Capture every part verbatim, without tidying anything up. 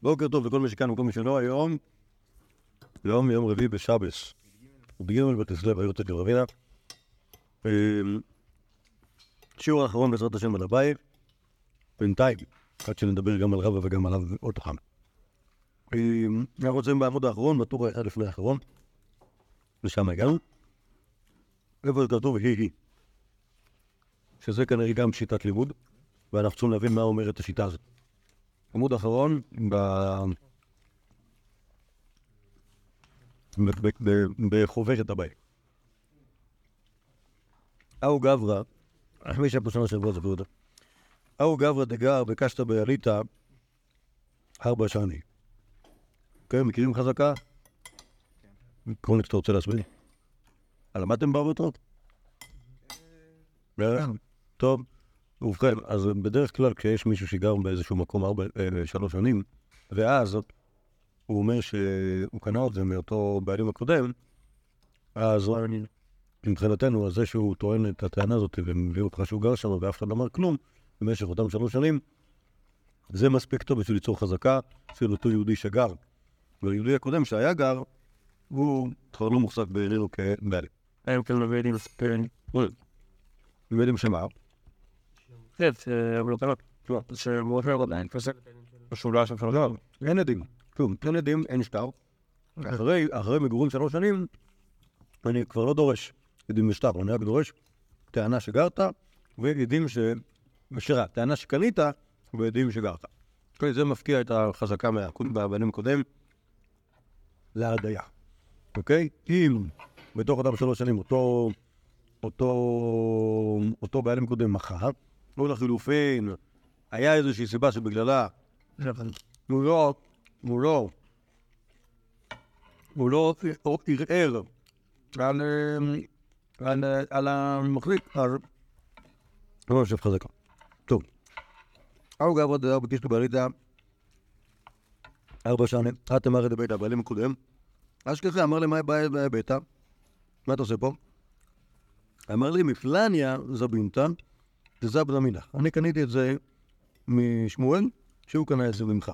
בוקר טוב לכל מי שכאן וכל מי שלא היום. יום יום רביעי בשבס. בגימל בכסלו היו תת רבינה. שיעור האחרון בעזרת השם על הבית. בינתיים, עד שנדבר גם על רבא וגם עליו עוד חם. אנחנו רוצים בעמוד האחרון, בטור האחד לפני האחרון. לשם הגענו. איפה זה כתוב? היא היא. שזה כנראה גם שיטת לימוד, ואנחנו צריכים להבין מה אומרת השיטה הזאת. עמוד האחרון, בחוברת הבית. אהו גברא, מי שהיה פה שנה שבוע זכרו אותו. אהו גברא דגר בקשתא בעליתא ארבע שנים. כן, מכירים חזקה? כל נקטה רוצה להסביר. למדתם בארבע טוב? טוב. ובכן, אז בדרך כלל כשיש מישהו שגר באיזשהו מקום ארבע, שלוש שנים, ואז הוא אומר שהוא קנה את זה מאותו בעלים הקודם, אז מבחינתנו, זה שהוא טוען את הטענה הזאת ומביא אותך שהוא גר שם ואף אחד לא אמר כלום, במשך אותם שלוש שנים, זה מספיק טוב בשביל ליצור חזקה של אותו יהודי שגר. והיהודי הקודם שהיה גר, הוא כבר לא מוחזק בעינינו כבעלים. הם כאילו בעלים ספרים. בעלים שמה? כן, אבל לא קנות. שמות מאוד עדיין. בשולה של פרדל. אין עדים. כלום, אין עדים, אין שטר. אחרי מגורים שלוש שנים, אני כבר לא דורש עדים ושטר. אני רק דורש טענה שגרת, ועדים ש... בשירה, טענה שקנית, ועדים שגרת. זה מפקיע את החזקה מהבעלים הקודם להדיה. אוקיי? אם בתוך אותם שלוש שנים אותו... אותו... אותו בעלים קודם מחר, לא לחילופין, היה איזושהי סיבה שבגללה הוא לא, הוא לא, הוא לא ערער על, על, על המחזיק, אז לא יושב חזקה. טוב. אהו גברא דגר בקשתא בעליתא ארבע שנים, את אמר את הביתה, הבעלים הקודם, אז ככה אמר לי מה הבעיה ביתה, מה אתה עושה פה? אמר לי, מפלניה זבינתא דזבנא מינא. אני קניתי את זה משמואל, שהוא קנה את זה ממך.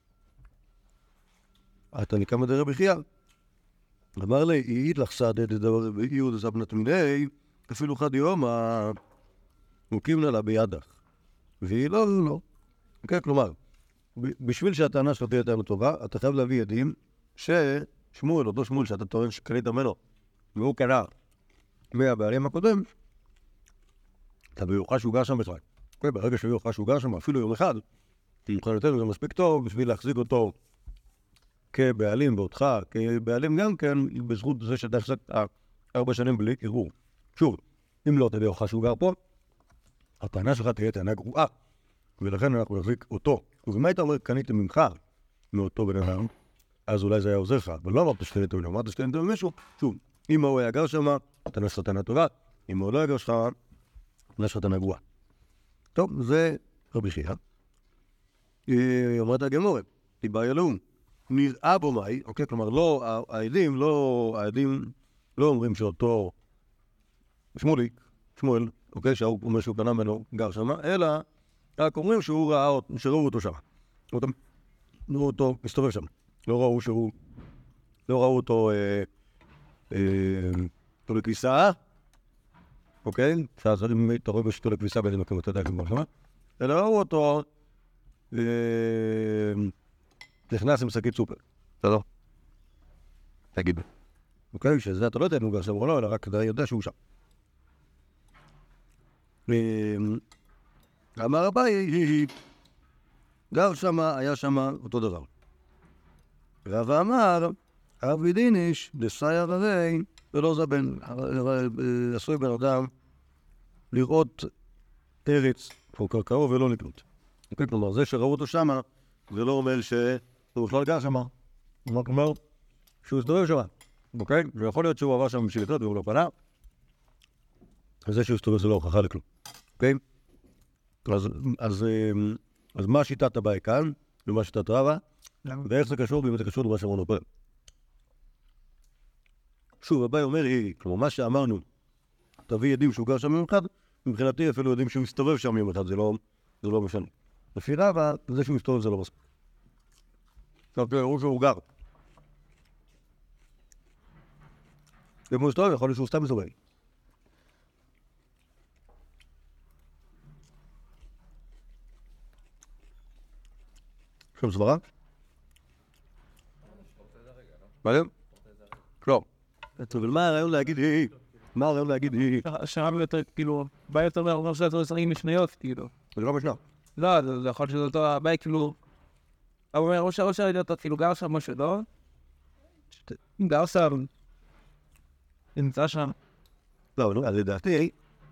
אתה נקמא דרבי חייא. אמר לי, אית לך סעדא דדבר באיהו דזבנא מיניה, אפילו חד יומא, מוקימנא לה בידך. והיא לא, לא, לא. כן, כלומר, בשביל שהטענה שלך תהיה טענה טובה, אתה חייב להביא עדים ששמואל, אותו שמואל שאתה טוען שקנית ממנו, והוא קנה מהבעלים הקודם, אתה ביוחה שהוא גר שם בכלל. ברגע שביוחה שהוא גר שם, אפילו יום אחד, מבחינתנו זה מספיק טוב בשביל להחזיק אותו כבעלים ואותך, כבעלים גם כן, בזכות זה שאתה החזק ארבע שנים בלי ערעור. שוב, אם לא תביא הוכחה שהוא גר פה, הטענה שלך תהיה טענה גרועה, ולכן אנחנו נחזיק אותו. ומה היית אומר, קניתי ממך, מאותו בן אדם, אז אולי זה היה עוזר לך, אבל לא אמרת שקניתי ממנו, אמרת שקניתי ממישהו, שוב, אם הוא היה גר שם, אתה נשאר טענה טובה, אם הוא לא היה גר שלך, נשאר טענה גרועה. טוב, זה רבי חייא. היא אומרת הגמרא, תיבאי אלוהים, נראה בו מאי, אוקיי, כלומר, לא, העדים, לא, העדים לא אומרים שאותו שמולי, שמואל, אוקיי, שהוא אומר שהוא קנה ממנו, גר שם, אלא רק אומרים שהוא ראה, שראו אותו שם. ראו אותו מסתובב שם. לא ראו שהוא, לא ראו אותו, אותו לכביסה, אוקיי? אז אם אתה רואה בשתו לכביסה באיזה מקום, אתה יודע כמו שמה, אלא ראו אותו נכנס עם שקית סופר. אתה לא? תגיד. אוקיי? שזה אתה לא יודע אם הוא גר שם או לא, אלא רק אתה יודע שהוא שם. אמר אביי, גר שם, היה שם אותו דבר. רבא אמר, אבי דיניש, דסייר הרי, ולא זבן, עשוי בן אדם לראות ארץ או קרקעו ולא לקנות. כלומר, זה שראו אותו שם, זה לא אומר שהוא בכלל גר שם. הוא אומר שהוא הסתובב שם. אוקיי? ויכול להיות שהוא עבר שם בשביל לקנות והוא לא פנה. וזה שהוא הסתובב זה לא הוכחה לכלום. אוקיי? אז, אז, אז מה שיטת הבאי כאן? ומה שיטת רבא? ואיך זה קשור? ואם זה קשור למה שאמרנו פה. שוב, הבאי אומר, היא, כלומר, מה שאמרנו, תביא עדים שהוא גר שם יום אחד, מבחינתי אפילו יודעים שהוא מסתובב שם יום אחד, זה לא, זה לא משנה. לפי רבא, זה שהוא מסתובב זה לא מספיק. אוקיי, הוא שהוא גר. אם הוא מסתובב, יכול להיות שהוא סתם מסתובב. שום סברה? מה זה? לא. אבל מה הרעיון להגיד היא? מה הרעיון להגיד היא? השאלה יותר, כאילו, בעיה יותר מהרבה שאתה עשרים משניות, כאילו. זה לא משנה. לא, זה יכול להיות שזה אותו הבעיה, כאילו... אבל הוא אומר, ראש הראש הראש הראש, כאילו, גר שם משהו, לא? גר שם. נמצא שם. לא, אבל לדעתי,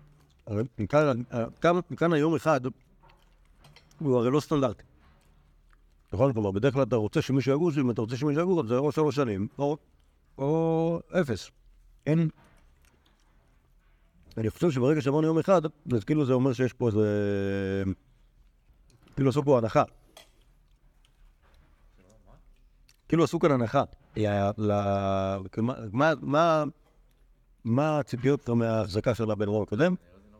מכאן היום אחד, הוא הרי לא סטנדרטי. נכון? כלומר, בדרך כלל אתה רוצה שמישהו יגור, אם אתה רוצה שמישהו יגור, זה או שלוש שנים, או אפס. אין... אני חושב שברגע שאמרנו יום אחד, אז כאילו זה אומר שיש פה איזה... כאילו עשו פה הנחה. כאילו עשו כאן הנחה. מה הציפיות מההחזקה שלה בין רוב הקודם?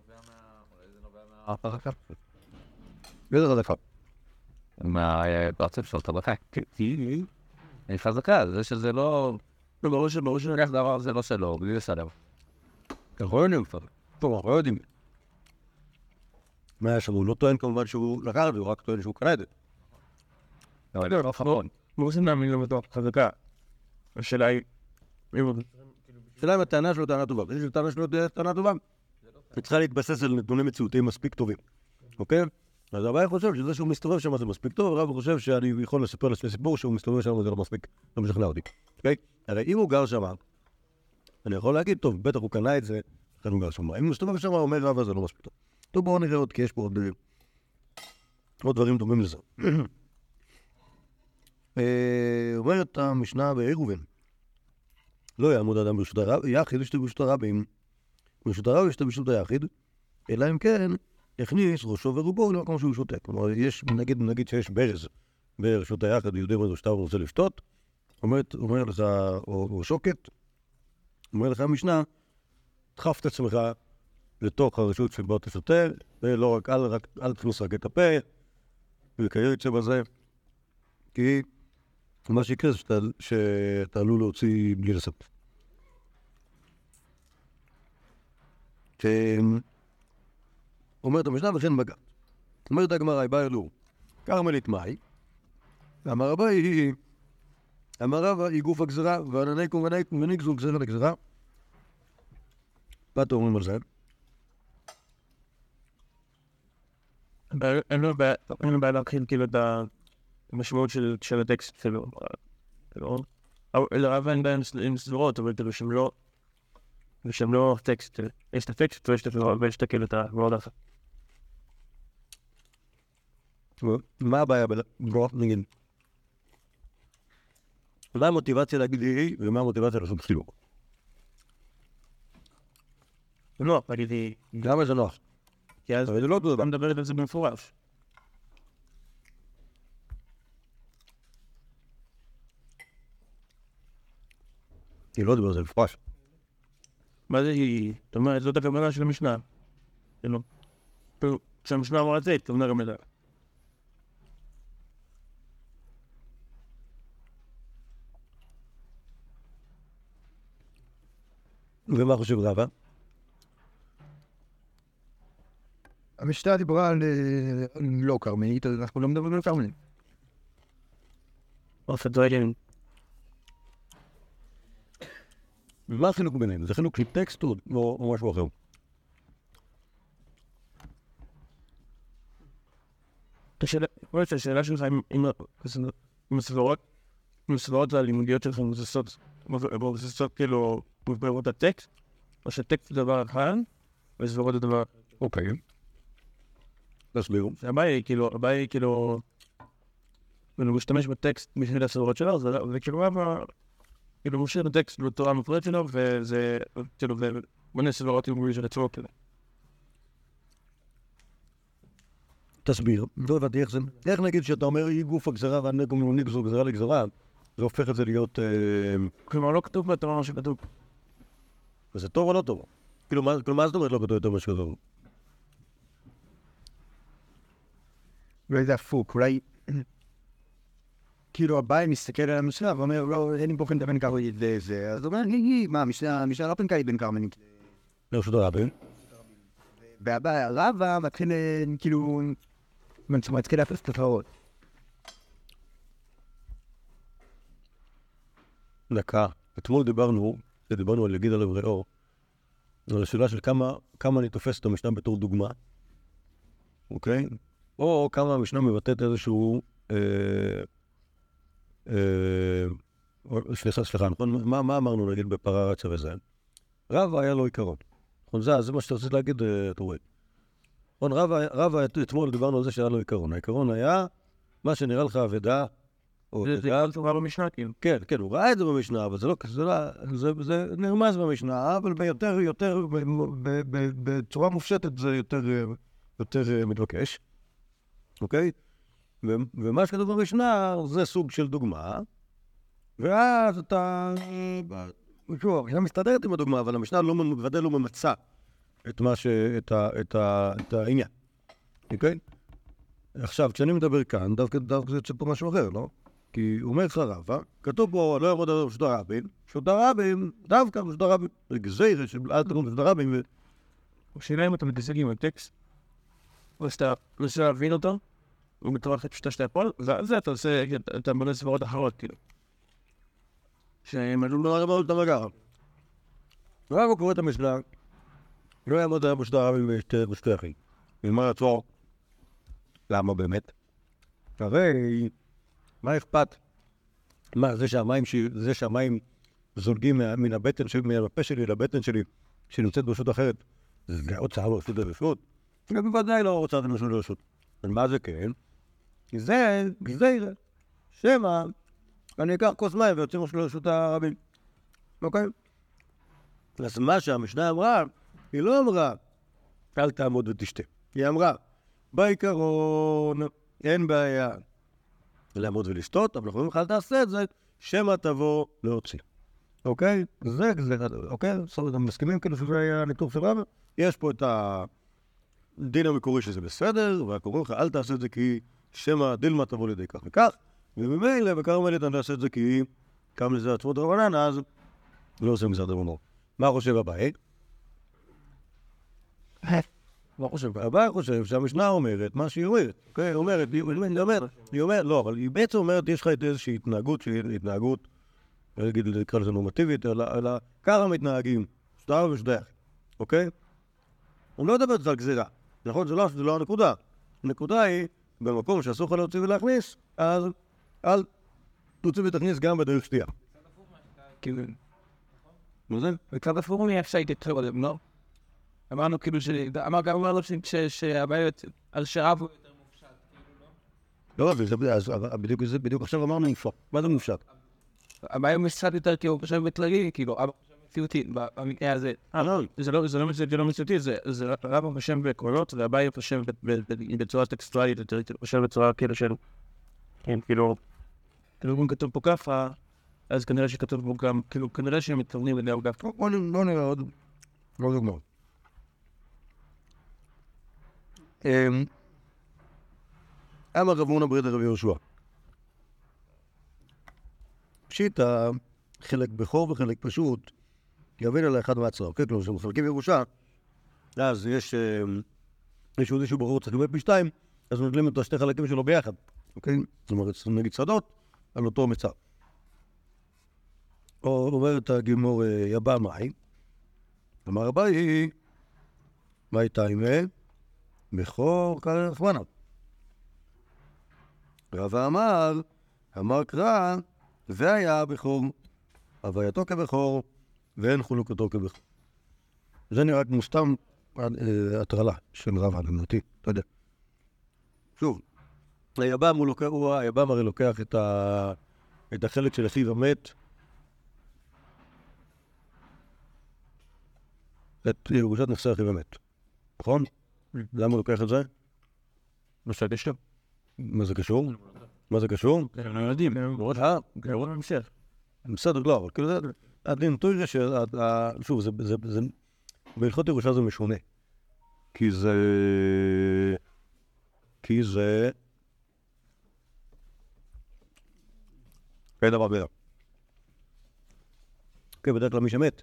איזה חזקה? מהפרצף של חזקה. אין חזקה, זה שזה לא... ברור שברור שנלך דבר זה לא שלו, בלי לסדר. אנחנו לא יודעים כבר. טוב, אנחנו לא יודעים. מה יש לנו? הוא לא טוען כמובן שהוא לקח את זה, הוא רק טוען שהוא קנה את זה. לא, לא, נכון. הוא עושים להאמין לו בתוך חזקה. השאלה היא... השאלה אם הטענה שלו טענה טובה. יש טענה שלו טענה טובה. היא צריכה להתבסס על נתונים מציאותיים מספיק טובים. אוקיי? אז הבעיה חושב שזה שהוא מסתובב שם זה מספיק טוב, הרב חושב שאני יכול לספר לעצמי סיפור שהוא מסתובב שם זה לא מספיק, לא משכנע אותי. אוקיי? הרי אם הוא גר שם, אני יכול להגיד, טוב, בטח הוא קנה את זה, לכן הוא גר שם. אם הוא מסתובב שם, אומר רב, זה לא מספיק טוב. טוב, בואו נראה עוד, כי יש פה עוד, עוד דברים דומים לזה. אומרת המשנה בעירובין, לא יעמוד אדם ברשות הרב, יחיד יש ברשות הרבים, ברשות הרב יש ברשות היחיד, אלא אם כן, הכניס ראשו ורובו למקום שהוא שותה. כלומר, יש, נגיד, נגיד שיש ברז ברשות היחיד, יהודי אומר שאתה רוצה לשתות, אומרת, אומר לך, או, או שוקת, אומר לך המשנה, דחף את עצמך לתוך הרשות שבו תשותה, ולא רק, אל, רק, אל תכניס רק את הפה, וכיוצא בזה, כי מה שיקרה זה שאתה, שאתה עלול להוציא בלי לספר. אומרת המשנה וכן בגד. אומרת הגמרא, היא באה אלו, כרמלית מאי, אמר רבה היא, אמר רבה היא גוף הגזרה, וענניקום ונגזו גזרה לגזרה. מה אתם אומרים על זה? אין לו בעיה להכין כאילו את המשמעות של הטקסט שלו. לרב אין בעיה עם סברות, אבל כאילו שהם לא... ושהם לא טקסט, יש את הטקסט ויש את כאילו את המאוד אחת. מה הבעיה בלגרוף, נגיד? מה המוטיבציה להגיד לי ומה המוטיבציה לעשות חילוק? זה נוח, להגיד לי... למה זה נוח? כי אז... אבל זה לא אותו דבר. אתה מדבר על זה במפורש. היא לא דבר על זה במפורש. מה זה היא? זאת אומרת, זאת הכוונה של המשנה. כשהמשנה אמרה את זה, התכוונה גם לזה. ומה חושב רבא? המשנה דיברה על לא קרמנית, אז אנחנו לא מדברים על קרמנית. עושה דברים. ומה החינוך ביניהם? זה חינוך של טקסט או משהו אחר? השאלה שלך עם הסברות, עם הסברות והלימודיות שלך מבוססות, מבוססות כאילו מבחירות הטקסט, או שטקסט זה דבר אחד, וסברות זה דבר... אוקיי. תסבירו. הבעיה היא כאילו, הבעיה היא כאילו, הוא משתמש בטקסט בשביל הסברות שלו, זה כאילו רבה, כאילו הוא משאיר בטקסט בתורה המפורט שלו, וזה, כאילו, ובנה סברות עם של עצמו כזה. תסביר, לא הבנתי איך זה, איך נגיד שאתה אומר היא גוף הגזרה והנגום נגזו גזרה לגזרה, זה הופך את זה להיות... כלומר, לא כתוב בתורה מה שכתוב. וזה טוב או לא טוב? כאילו, מה זאת אומרת לא כתוב יותר מה שכתוב? אולי זה הפוך, אולי... כאילו הבעל מסתכל על המשנה ואומר, לא, אין לי באופן בן כרמלית לזה, אז הוא אומר, היא, מה, המשנה לא פנקה לי בן כרמלית. לרשות הרבים. והבא, רבא מתחיל, כאילו, מתחיל להפס את התראות. דקה. אתמול דיברנו, דיברנו על יגיד על אבראו, על השאלה של כמה, כמה אני תופס את המשנה בתור דוגמה, אוקיי? או כמה המשנה מבטאת איזשהו... אה, אה, סליחה, סליחה, נכון? מה, מה אמרנו נגיד בפרה רצה וזה? רבא היה לו עיקרון. נכון, זה, זה מה שאתה רוצה להגיד, אתה רואה. נכון, רבא, רבא, אתמול דיברנו על זה שהיה לו עיקרון. העיקרון היה, מה שנראה לך אבדה, או זה עיקרון תורה במשנה, כאילו. כן, כן, הוא ראה את זה במשנה, אבל זה לא, זה לא, זה, זה נרמז במשנה, אבל ביותר, יותר, ב, ב, ב, בצורה מופשטת זה יותר, יותר מתבקש, אוקיי? ו, ומה שכתוב במשנה זה סוג של דוגמה, ואז אתה, שוב, המשנה מסתדרת עם הדוגמה, אבל המשנה לא, בוודאי לא ממצה את מה ש, את ה, את ה, את העניין, אוקיי? עכשיו, כשאני מדבר כאן, דווקא, דווקא זה יוצא פה משהו אחר, לא? כי הוא אומר לך רבא, כתוב פה, לא יעמוד על רשות הרבים, רשות הרבים, דווקא רשות הרבים, זה גזירה של אל תקום רשות הרבים. השאלה אם אתה מתעסק עם הטקסט, או שאתה מנסה להבין אותו, הוא מתראה לך פשוטה שאתה יכול, ואז אתה עושה, אתה בונה סברות אחרות, כאילו. שהם עלו לא הרבה אותם אגר. רבא קורא את המשנה, לא יעמוד על רשות הרבים ושתי אחים. ומה עצור? למה באמת? הרי... מה אכפת? מה, זה שהמים, זה שהמים זולגים מן הבטן שלי, מהפה שלי לבטן שלי, שנמצאת ברשות אחרת, זה הוצאה ברשות לרשות? בוודאי לא הוצאה ברשות לרשות. אבל מה זה כן? כי זה, גזירה, שמא, אני אקח כוס מים ויוצאים משהו לרשות הרבים. אוקיי? אז מה שהמשנה אמרה, היא לא אמרה, אל תעמוד ותשתה. היא אמרה, בעיקרון, אין בעיה. לעמוד ולשתות, אבל אנחנו אומרים לך, אל תעשה את זה, שמא תבוא להוציא. אוקיי? זה, זה, אוקיי? זאת אומרת, הם מסכימים כאילו שזה היה הניתוח של רבא. יש פה את הדין המקורי שזה בסדר, והקוראים לך, אל תעשה את זה כי שמא דילמה תבוא לידי כך וכך, וממילא, בכרמלית אני תעשה את זה כי קם לזה עצמות רבנן, אז לא עושה מזה דרבנו. מה חושב הבית? מה חושב? הבא חושב שהמשנה אומרת מה שהיא אומרת, אוקיי? היא אומרת, היא אומרת, היא אומרת, לא, אבל היא בעצם אומרת, יש לך איזושהי התנהגות שהיא התנהגות, אני אגיד, נקרא לזה נורמטיבית, אלא ככה מתנהגים, שטר ושדח, אוקיי? הוא לא מדבר על גזירה, נכון? זה לא הנקודה. הנקודה היא, במקום שאסור לך להוציא ולהכניס, אז אל תוציא ותכניס גם בדרך שתייה. כאילו, מה זה? וקצת הפורום יהיה אפשר להתתר עליהם, לא? אמרנו כאילו ש... אמר גם אמר לו שהבעיות על שרב הוא יותר מופשט, כאילו לא? לא, אז בדיוק עכשיו אמרנו מופשט. מה זה מופשט? הבעיה הוא משחק יותר כי הוא חושב בתלגי, כאילו, אבא חושב מציאותי, במקרה הזה. אה, לא. זה לא מציאותי, זה אבא חושב בקולות, והבעיה חושב בצורה טקסטואלית, יותר חושב בצורה כאילו של... כן, כאילו... כאילו, אם כתוב פה ככה, אז כנראה שכתוב פה גם, כאילו, כנראה שהם מתכוונים לדעה ככה. בוא נראה עוד... לא דוגמאות. אמר רב הונא ברי דרבי יהושע. פשיטא, חלק בכור וחלק פשוט, יבין על האחד מהצרה. אוקיי, כלומר, כשמחלקים ירושה, אז יש איזשהו בחור צריך לבית פי-שתיים, אז נוטלים את השתי חלקים שלו ביחד. אוקיי? זאת אומרת, נגיד שדות על אותו מצר. או אומרת הגימור, יבא מאי, אמר אביי, מה הייתה עם בכור קרא רחמנא. רבא אמר, אמר קרא, והיה בכור, הווייתו כבכור, ואין חולקתו כבכור. זה נראה כמו סתם הטרלה של רבא, לדעתי, אתה יודע. שוב, היבם הוא לוקח, הוא היבם הרי לוקח את, ה... את החלק של אחיו המת, את ירושת נכסי אחיו המת, נכון? למה הוא לוקח את זה? לא שאתה שם. מה זה קשור? מה זה קשור? הם לא יודעים, הם לא יודעים. אה, גרוע ממשיך. בסדר, לא, אבל כאילו זה... הדין תוירה ש... שוב, זה... זה... בהלכות ירושה זה משונה. כי זה... כי זה... כן, דבר בידה. כן, בדרך כלל מי שמת.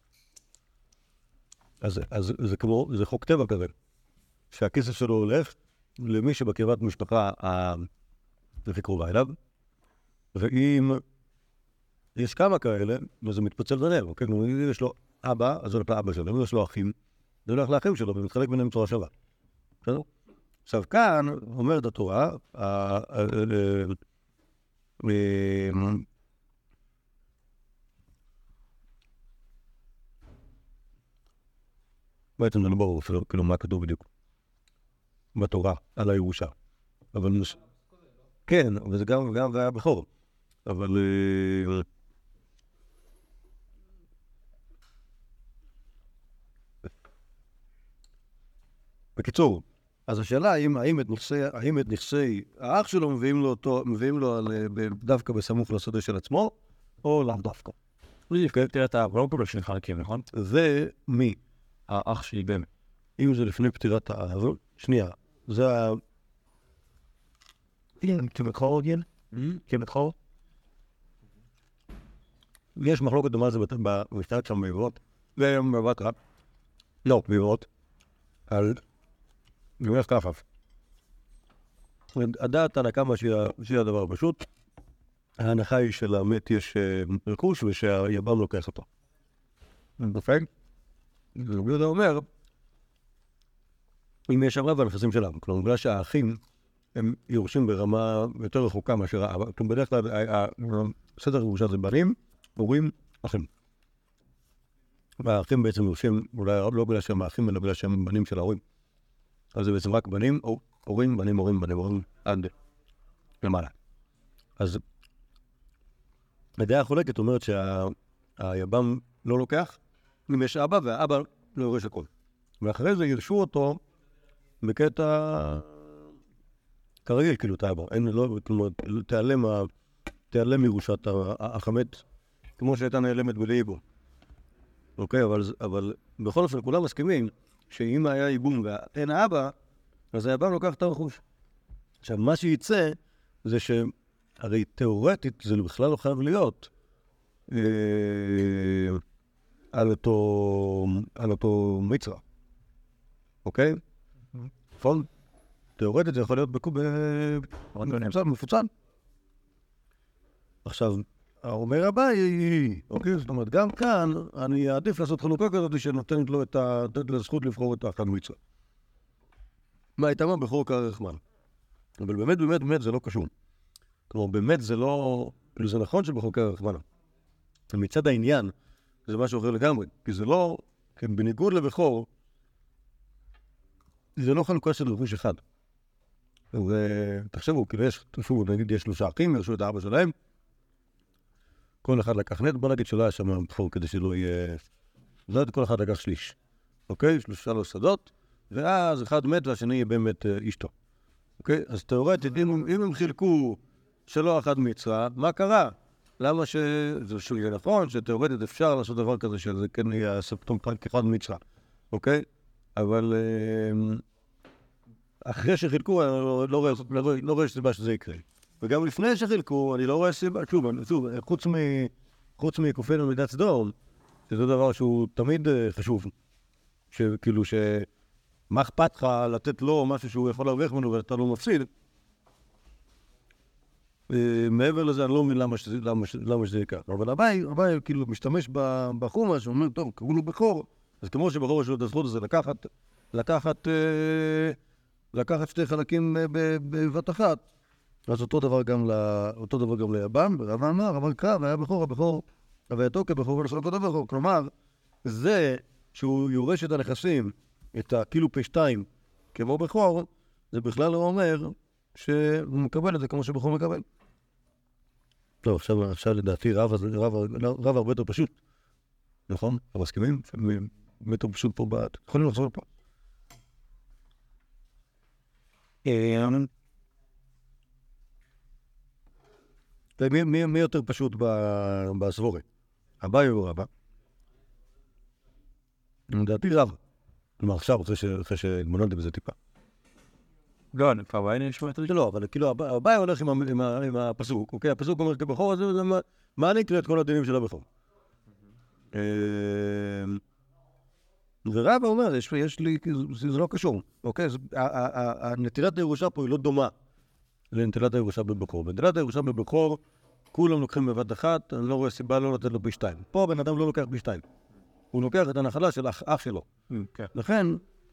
אז, אז זה כמו, זה חוק טבע כזה, שהכסף שלו הולך למי שבקרבת משפחה הכי קרובה אליו, ואם יש כמה כאלה, אז זה מתפצל ביניהם, אוקיי? כלומר, אם יש לו אבא, אז זה הולך לאבא שלו, אם יש לו אחים, זה הולך לאחים שלו, ומתחלק ביניהם בצורה שווה. בסדר? עכשיו, כאן אומרת התורה, בעצם זה לא ברור, כאילו מה כתוב בדיוק בתורה על הירושה. אבל כן, וזה גם גם היה בכור. אבל בקיצור, אז השאלה האם האם את נכסי האם את נכסי האח שלו מביאים לו אותו מביאים לו דווקא בסמוך לשדה של עצמו או לאו דווקא. תראה, אתה לא פה לשני חלקים, נכון? זה מי? האח שלי באמת. אם זה לפני פטירת האב, שנייה, זה ה... כמתחור גיל? כמתחור? יש מחלוקת דומה לזה במשתרת שם בעברות, ובעברת רב. לא, בעברות. על... אני אומר ככה. הדעת הנקמה שהיא הדבר פשוט, ההנחה היא שלמת יש רכוש ושהיבם לוקח אותו. דופק? זה אומר, אם יש רב הנכסים שלנו, כלומר, בגלל שהאחים הם יורשים ברמה יותר רחוקה מאשר האבא, כלומר, בדרך כלל סדר ירושה זה בנים, הורים, אחים. והאחים בעצם יורשים, אולי לא בגלל שהם האחים, אלא בגלל שהם בנים של ההורים. אז זה בעצם רק בנים, או הורים, בנים, הורים, בנים, הורים, עד למעלה. אז הדעה החולקת אומרת שהיבם לא לוקח, אם יש אבא, והאבא לא יורש הכל. ואחרי זה ירשו אותו בקטע כרגיל, כאילו, את האבא. אין, לא, כלומר, תיעלם, תיעלם ירושת החמת, כמו שהייתה נעלמת בלייבו. אוקיי, אבל, אבל בכל אופן, כולם מסכימים שאם היה ייבום ואין האבא, אז היבם לוקח את הרכוש. עכשיו, מה שייצא זה שהרי תיאורטית זה בכלל לא חייב להיות אה, על אותו, על אותו מצרה. אוקיי? נכון? תיאורטית זה יכול להיות מפוצל, מפוצל. עכשיו, אומר הבא היא, אוקיי? זאת אומרת, גם כאן אני אעדיף לעשות חלוקה כזאת שנותנת לו את הזכות לבחור את האחד מצרה. מה הייתה מה? בחור כרחמן. אבל באמת, באמת, באמת זה לא קשור. כלומר, באמת זה לא... זה נכון שבחור כרחמן. מצד העניין, זה משהו אחר לגמרי. כי זה לא... כי בניגוד לבחור, זה לא חלוקה של רכוש אחד. ותחשבו, כאילו יש, תחשבו, נגיד יש שלושה אחים, ירשו את האבא שלהם, כל אחד לקח נט, בוא נגיד שלא היה שם בחור כדי שלא יהיה... זאת, כל אחד לקח שליש. אוקיי? שלושה לא שדות, ואז אחד מת והשני יהיה באמת אשתו. אוקיי? אז תיאורטית, אם, אם הם חילקו שלא אחד מצרה, מה קרה? למה ש... זה שהוא יהיה נכון, שתיאורטית אפשר לעשות דבר כזה, שזה כן יהיה ספטום כאחד מצרה. אוקיי? אבל... אחרי שחילקו, אני לא, לא, רואה, לא, רואה, לא רואה סיבה שזה יקרה. וגם לפני שחילקו, אני לא רואה סיבה, שוב, שוב חוץ, מ, חוץ מקופנו מידת סדום, שזה דבר שהוא תמיד חשוב. שכאילו, שמה אכפת לך לתת לו משהו שהוא יכול להרוויח ממנו ואתה לא מפסיד. מעבר לזה, אני לא מבין למה שזה, למה, למה שזה יקרה. אבל הבאי, הבאי כאילו משתמש בחומה, שאומר, טוב, קראו לו בכור, אז כמו שבכור יש לו את הזכות הזה לקחת, לקחת... לקחת שתי חלקים בבת אחת. אז אותו דבר גם, אותו דבר גם ליבם, ברב אמר, אבל קרב, היה בכור, הבכור, הווייתו כבכור ולשלוקו את הבכור. כלומר, זה שהוא יורש את הנכסים, את הכאילו פי שתיים, כמו בכור, זה בכלל לא אומר שהוא מקבל את זה כמו שבכור מקבל. טוב, עכשיו, עכשיו לדעתי רב, רב, רב הרבה יותר פשוט. נכון? אתם מסכימים? הרבה יותר פשוט פה בעד. יכולים לחזור לפה. מי, מי, מי יותר פשוט בסבורי? אביי או רבא? לדעתי רב. כלומר, עכשיו, אחרי שהתבוננתי בזה טיפה. לא, אני כבר היינו נשמע את זה. לא, אבל כאילו הבעיה הולך עם ה- עם ה- עם הפסוק, אוקיי? הפסוק אומר כבכור, אז זה מה- מה אני אקרא את כל הדינים של הבכור? אה, ורבא אומר, יש, יש לי, זה, זה לא קשור, אוקיי? זה, ה- ה- ה- הנטילת הירושה פה היא לא דומה לנטילת הירושה בבכור. בנטילת הירושה בבכור, כולם לוקחים בבת אחת, אני לא רואה סיבה לא לתת לו פי שתיים. פה הבן אדם לא לוקח פי שתיים. הוא לוקח את הנחלה של אח, אח שלו. כן. לכן,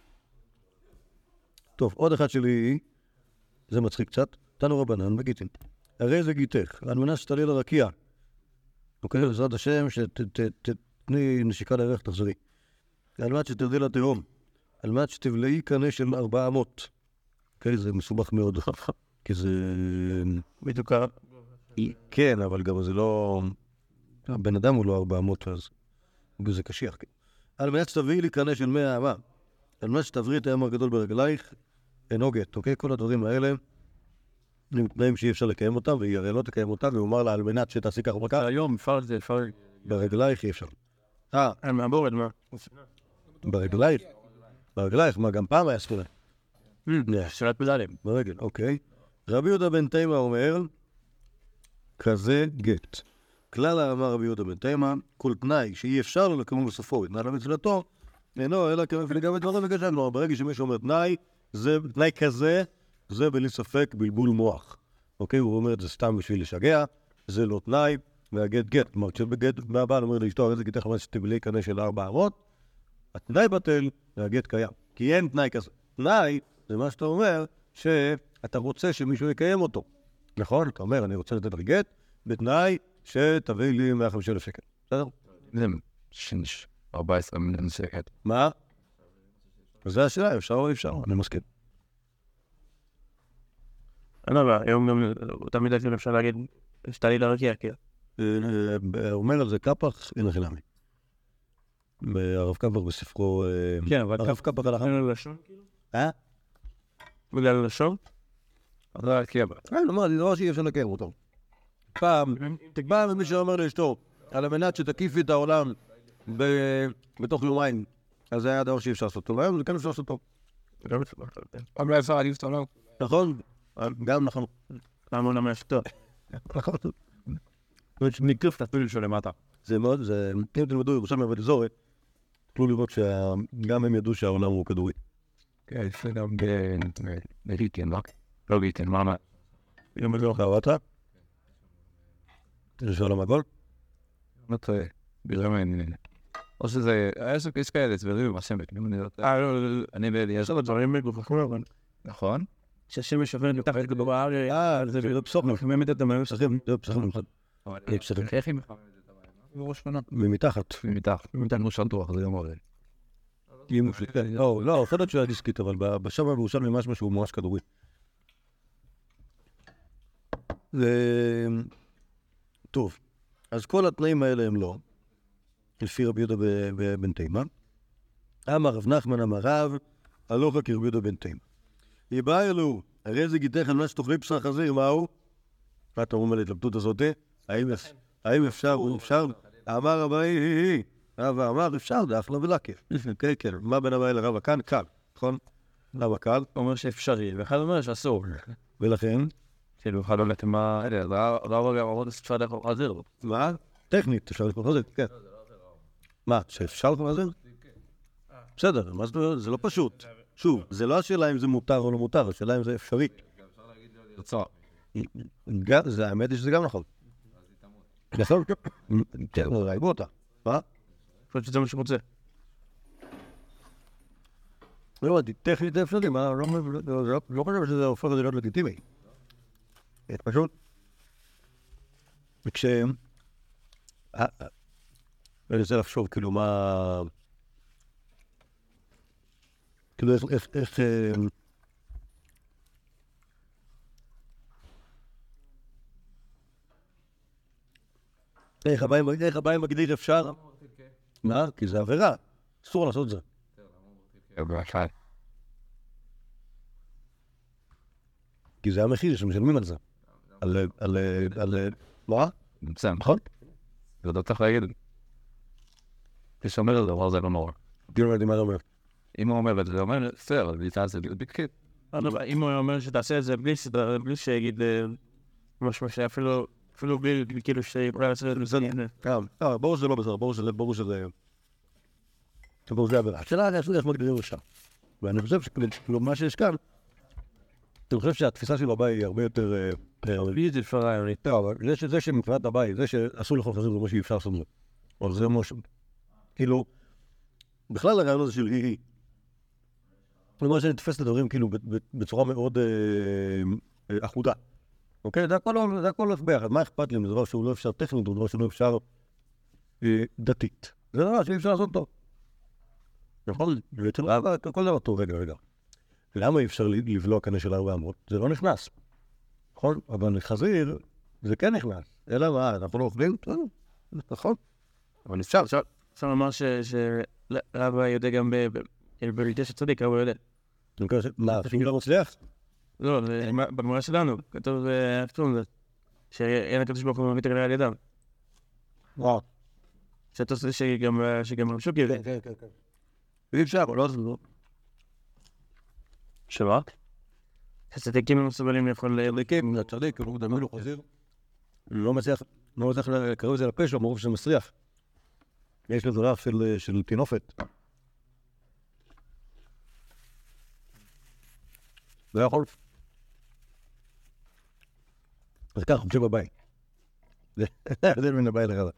טוב, עוד אחד שלי, זה מצחיק קצת, תנו רבנן וגיטין. הרי זה גיתך, על מנת שתעלי לרקיע. אוקיי, בעזרת השם, שתתני נשיקה לירך, תחזרי. על מנת שתרדי לתהום. על מנת שתבלעי קנה של ארבע אמות. אוקיי, זה מסובך מאוד. כי זה... בדיוק. כן, אבל גם זה לא... הבן אדם הוא לא ארבע אמות, אז זה קשיח. על מנת שתביאי לי קנה של מאה אמה. על מנת שתעברי את הים הגדול ברגלייך, אינו גט, אוקיי? כל הדברים האלה, הם תנאים שאי אפשר לקיים אותם, והיא הרי לא תקיים אותם, והוא אמר לה, על מנת שתעשי כך וכך, היום, אפשר זה, אפשר... ברגלייך אי אפשר. אה, אין מעבורת, מה? ברגלייך? ברגלייך, מה, גם פעם היה ספירה. שאלת פדלים. ברגל, אוקיי. רבי יהודה בן תימא אומר, כזה גט. כלל אמר רבי יהודה בן תימא, כל תנאי שאי אפשר לו לקום בסופו, התנאי למצוותו, אינו, אלא כמפי לגבי דברים וגשם. כלומר, ברגע שמישהו אומר תנאי, זה תנאי כזה, זה בלי ספק בלבול מוח. אוקיי, הוא אומר את זה סתם בשביל לשגע, זה לא תנאי, והגט גט. כלומר, כשבגט, מהבעל אומר לאשתו, הרי זה גיתך חמש שתבלי קנה של ארבע אמות, התנאי בטל, והגט קיים. כי אין תנאי כזה. תנאי, זה מה שאתה אומר, שאתה רוצה שמישהו יקיים אותו. נכון? אתה אומר, אני רוצה לתת לך גט, בתנאי שתביא לי מאה וחמישים אלף שקל. בסדר? זה שינש, ארבע עשרה מיליון שקל. מה? אז זה השאלה, אפשר או אפשר, אני מסכים. אני לא יודע, היום גם תמיד אפשר להגיד שתעלי לרקיע, כי... אומר על זה קפח, אין חינמי. הרב קפח בספרו... כן, אבל הרב קפח הלכה... בגלל הלשון, כאילו? אה? בגלל הלשון? אז לא להקיע בה. כן, אמר, זה דבר שאי אפשר לקיים אותו. פעם, פעם מי שאומר לאשתו, על המנת שתקיפי את העולם בתוך יומיים, אז זה היה דבר שאי אפשר לעשות אותו. היום זה כן אפשר לעשות אותו. אבל לא אפשר להעדיף את העולם. נכון? גם נכון. למה למה יש טוב? נכון. נקריף את הפיל שלו למטה. זה מאוד, זה... אם תלמדו ירושלמי ולזורת, תוכלו לראות שגם הם ידעו שהעולם הוא כדורי. כן, זה גם בליטין, לא? לא ליטין, מה מה? יום בגלל. קראת? זה שעולם עגול? לא טועה. ברמן, או שזה, יש כאלה דברים בשמש, אם אני לא טועה. אה, לא, לא, אני ואליעזר. יש לו דברים מגוחכים, אבל... נכון? שהשמש עוברת מתחת לכדור הארץ. אה, זה פסוחים. באמת את המים פסוחים, זה פסוחים במיוחד. אבל פסוחים. איך היא מחממת את המים? בראש שנה. ממתחת. מתחת. ראש שטוח, זה גם עולה. לא, לא, יכול להיות שהוא היה דיסקית, אבל בשם בירושלמי משהו שהוא ממש כדורי. טוב, אז כל התנאים האלה הם לא, לפי רבי יהודה בן תימא. אמר רב נחמן אמר רב, הלוכה כרבי יהודה בן תימא. יבא אלוהו, הרי זה גיתך על מה שתאכלי בשר חזיר, מהו? מה אתה אומר להתלבטות הזאת? האם אפשר או אפשר? אמר רבי, רב אמר אפשר, זה אחלה ולקף. כן, כן, מה בין הבעיה לרב כאן? קל, נכון? למה קל? הוא אומר שאפשרי, ואחד אומר שאסור. ולכן? כאילו, אחד הולך עם ה... לא רגע, אמרות אפשר לאכול חזיר. מה? טכנית, אפשר לאכול חזיר, כן. מה, שאפשר לאכול חזיר? בסדר, מה זאת אומרת? זה לא פשוט. שוב, זה לא השאלה אם זה מותר או לא מותר, השאלה אם זה אפשרי. יוצא. האמת היא שזה גם נכון. נכון? כן, ראיבו אותה. מה? אני חושב שזה מה שרוצה. לא הבנתי, טכנית זה אפשרי, מה? לא חושב שזה הופך את זה להיות לגיטימי. פשוט. וכש... אני רוצה לחשוב, כאילו, מה... כאילו, איך... איך... איך... איך הבאים מגדיר אפשר? מה? כי זה עבירה. אסור לעשות את זה. כי זה המחיר שמשלמים על זה. על... על... על... מה? בסדר, נכון? זה לא צריך להגיד. כשאתה אומר את הדבר הזה לא נורא. כאילו, אני מה זה אומר. אם הוא אומר את זה, זה אומר, בסדר, זה ביצע את זה בקחית. אם הוא אומר שתעשה את זה בלי שיגיד משהו שאפילו, אפילו בלי כאילו שיכולה לעשות את זה. לא, ברור שזה לא בסדר, ברור שזה, ברור שזה... ברור שזה עבירה. השאלה היא איך מגדירים רשע. ואני חושב שכאילו מה שיש כאן, אני חושב שהתפיסה של הבית היא הרבה יותר... בלי זה אפשר רעיונית. לא, אבל זה שמבחינת הבית, זה שאסור לאכול חזיר זה מה שאי אפשר לעשות את זה. אבל זה משהו... כאילו, בכלל הרעיון הזה של היא-היא. כלומר שאני תופס את הדברים כאילו בצורה מאוד אחודה. אוקיי? זה הכל הולך ביחד. מה אכפת לי? זה דבר שהוא לא אפשר טכנית, זה דבר שהוא לא אפשר דתית. זה דבר שאי אפשר לעשות טוב. נכון? כל דבר טוב. רגע, רגע. למה אי אפשר לבלוע קנה של ארבע אמות? זה לא נכנס. נכון? אבל חזיר זה כן נכנס. אלא מה? אנחנו לא אוכלים? נכון. אבל אפשר. אפשר לומר שרבא יודע גם בריטה שצדיק, רבא יודע. מה, שהוא לא מצליח? לא, בגמרא שלנו, כתוב אפתון זה, שאין הקדוש ברוך הוא מביא את הגמרא על ידם. וואו. שאתה עושה שגם רב שוקי... כן, כן, כן. אי אפשר, אבל לא עושה זאת. שמה? שצדיקים הם מסוגלים לאכול... צדיקים, הצדיק, הוא דמי לו חזיר. הוא לא מצליח, לא מצליח לקרב את זה לפה שלו, מרוב שזה מסריח. יש לזה ריח של תינופת. לא יכול. אז ככה, חושב בבית. זה הבדל מן הבית לחדה.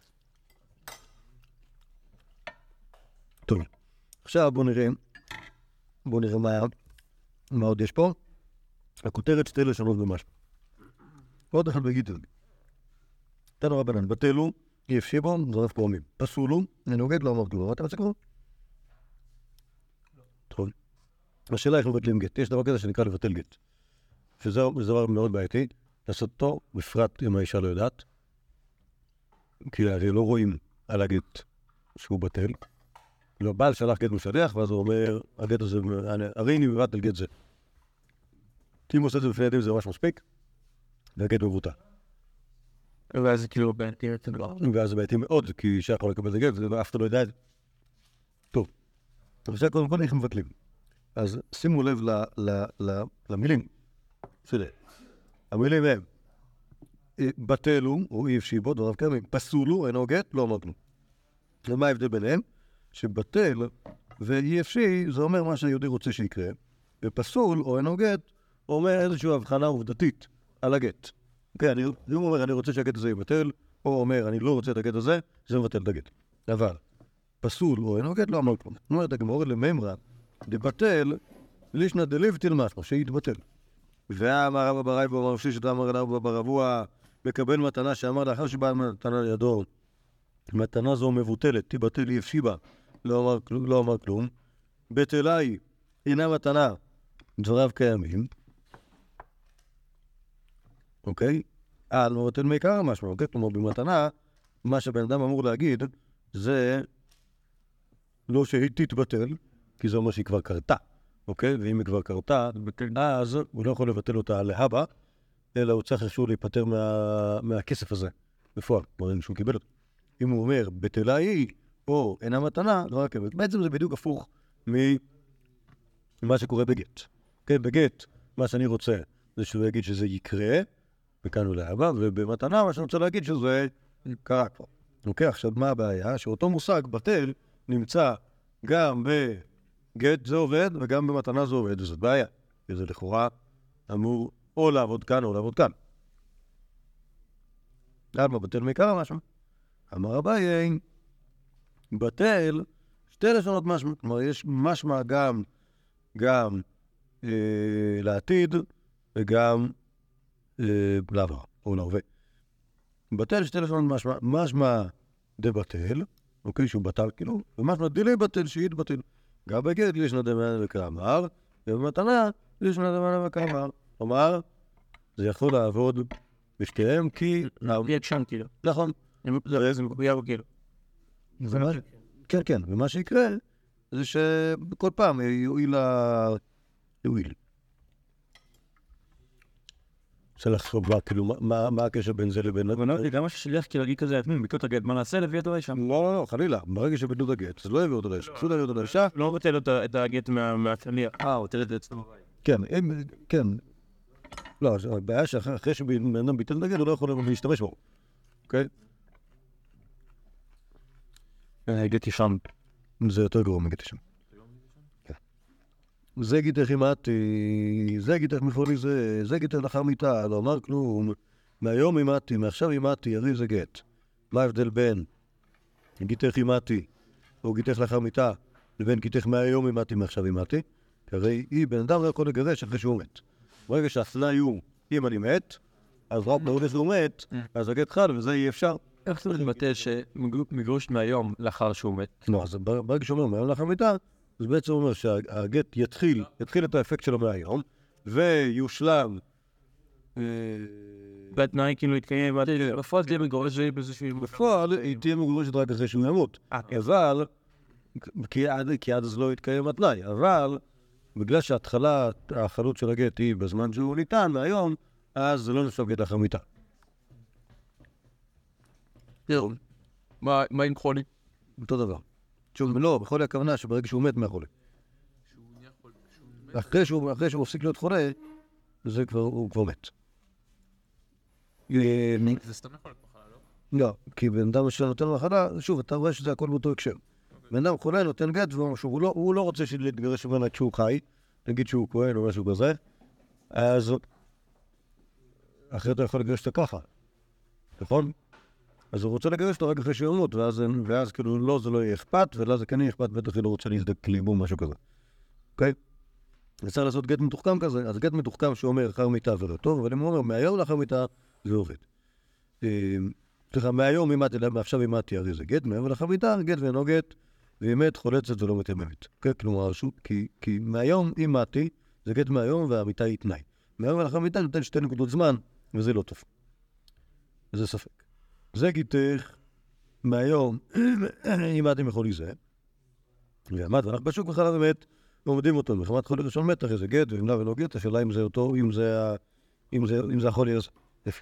טוב. עכשיו בואו נראה, בואו נראה מה, מה עוד יש פה. הכותרת שתי לשונות במשהו. עוד אחד בגיד את זה. תנו רבנן, בטלו, אי אפשי בו, זרף פעמים. פסולו, ננוגד, לא אמר כלום. אתה רוצה כלום? טוב. השאלה איך מבטלים גט. יש דבר כזה שנקרא לבטל גט. שזה דבר מאוד בעייתי. לעשות אותו, בפרט אם האישה לא יודעת. כי לא רואים על הגט שהוא בטל. לא, בעל שלח גט משדח, ואז הוא אומר, הגט הזה, הרי אני מבט על גט זה. אם עושה את זה בפני ידים זה ממש מספיק, והגט מבוטל. ואז זה כאילו בעייתי. ואז זה בעייתי מאוד, כי אישה יכולה לקבל את הגט, ואף אחד לא יודע את זה. טוב. עכשיו קודם כל איך מבטלים. אז שימו לב למילים. בסדר. המילים הם, בטלו, או אי אפשי בו, דבריו קיימים, פסולו, אינו גט, לא אמר כלום. ומה ההבדל ביניהם? שבטל ואי אפשי, זה אומר מה שהיהודי רוצה שיקרה, ופסול, או אינו גט, אומר איזושהי הבחנה עובדתית על הגט. אוקיי, אני, אם הוא אומר, אני רוצה שהגט הזה יבטל, או אומר, אני לא רוצה את הגט הזה, זה מבטל את הגט. אבל, פסול, או אינו גט, לא אמר כלום. זאת אומרת, הגמרא לממרא, דבטל, לישנא דליבטיל משמע, שיתבטל. ואמר רבא בר אבא אמר שלישית אמר רבא בר אבוה מקבל מתנה שאמר לאחר שבאה מתנה לידו מתנה זו מבוטלת תבטל אי אפשי בה לא אמר, לא אמר כלום בטלה היא אינה מתנה דבריו קיימים אוקיי? אה, לא מבטל מעיקר משמע אוקיי? כלומר במתנה מה שבן אדם אמור להגיד זה לא שהיא תתבטל כי זה אומר שהיא כבר קרתה אוקיי? ואם היא כבר קרתה, אז הוא לא יכול לבטל אותה להבא, אלא הוא צריך איכשהו להיפטר מה... מהכסף הזה, בפועל, כלומר, שהוא קיבל אותו. אם הוא אומר, בטלה היא, או אינה מתנה, לא רק כבד. בעצם זה בדיוק הפוך ממה שקורה בגט. אוקיי? בגט, מה שאני רוצה זה שהוא יגיד שזה יקרה, וכאן הוא להבא, ובמתנה מה שאני רוצה להגיד שזה קרה כבר. אוקיי? עכשיו, מה הבעיה? שאותו מושג, בטל, נמצא גם ב... גט זה עובד, וגם במתנה זה עובד, וזאת בעיה. וזה לכאורה אמור או לעבוד כאן או לעבוד כאן. למה בטל מעיקר משהו? אמר אביי, בטל, שתי לשונות משמע. כלומר, יש משמע גם, גם אה, לעתיד, וגם אה, לעבר, או להווה. בטל, שתי לשונות משמע. משמע דבטל, אוקיי, שהוא בטל כאילו, ומשמע דילי בטל, שיתבטל. גם בגט לישנא דמענה וכאמר, ובמתנה לישנא דמענה וכאמר. כלומר, זה יכול לעבוד בשתיהם כי... להביא את שם כאילו. נכון. זה מחויב כאילו. כן, כן. ומה שיקרה זה שכל פעם יועיל ה... יועיל. רוצה לחשוב בה, כאילו, מה הקשר בין זה לבין... גם מה ששליח כאילו להגיד כזה, בקרות הגט, מה נעשה? להביא אותו לשם. לא, לא, לא, חלילה. ברגע שבנו את הגט, זה לא יביא אותו לשם. פשוט להביא אותו לשם. לא מבטל את הגט מהשליח. אה, הוא תלת אצלו בבית. כן, אם, כן. לא, הבעיה שאחרי שבן אדם ביטל את הגט, הוא לא יכול להשתמש בו. אוקיי? הגט ישן. זה יותר גרוע מגט ישן. זה גיתך אימתי, זה גיתך מחולי זה, זה גיתך לאחר מיתה, לא אמר כלום. מהיום אימתי, מעכשיו אימתי, הרי זה גט. מה ההבדל בין גיתך אימתי, או גיתך לאחר מיתה, לבין גיתך מהיום אימתי, מעכשיו אימתי? כי הרי היא, בן אדם לא יכול לגרש אחרי שהוא מת. ברגע שהתנאי הוא, אם אני מת, אז רק ברגע שהוא מת, אז הגט חל, וזה אי אפשר. איך זה מבטא שמגרוש מהיום לאחר שהוא מת? לא, אז ברגע שאומר מהיום לאחר מיתה, זה בעצם אומר שהגט יתחיל, יתחיל את האפקט שלו מהיום, ויושלם... בתנאי כאילו יתקיים, בפועל תהיה מגורש באיזשהו... בפועל היא תהיה מגורשת רק אחרי שהוא ימות. אבל, כי עד אז לא יתקיים התנאי, אבל בגלל שההתחלה, החלות של הגט היא בזמן שהוא ניתן, מהיום, אז זה לא נחשב גט לאחר מיתה. מה עם חולי? אותו דבר. שוב, לא, בחולי הכוונה שברגע שהוא מת מהחולי. אחרי שהוא מפסיק להיות חולה, זה כבר, הוא כבר מת. זה סתם יכול להיות מחלה, לא? לא, כי בן אדם שנותן מחלה, שוב, אתה רואה שזה הכל באותו הקשר. בן אדם חולה נותן גט, והוא לא רוצה להתגרש ממנה כשהוא חי, נגיד שהוא כהן או משהו כזה, אז אחרי אתה יכול לגרש אותה ככה, נכון? אז הוא רוצה לגרש אותו רק אחרי שהוא ימות, ואז, ואז כאילו לא, זה לא יהיה אכפת, ולא זה כן יהיה אכפת, בטח היא לא רוצה להזדק ליבום, משהו כזה. אוקיי? צריך לעשות גט מתוחכם כזה, אז גט מתוחכם שאומר אחר מיתה זה לא טוב, אבל אם הוא אומר מהיום לאחר מיתה זה עובד. סליחה, מהיום אימתי, מעכשיו אימתי הרי זה גט, מהיום לאחר מיתה, גט ואינו גט, ואמת חולצת ולא מתאמת. אוקיי? כלומר, כי, כי מהיום אימתי זה גט מהיום והמיתה היא תנאי. מהיום לאחר מיתה נותן שתי נקודות זמן, וזה לא טוב. זה ספק. זה גיתך מהיום, אימתי מחולי זה, ועמד והלך בשוק וחלה ומת, ועומדים אותו, מחמת חולי ראשון מת, אחרי זה גט, ואם לא ולא גט, השאלה אם זה אותו, אם זה, אם זה, אם זה החולי הזה.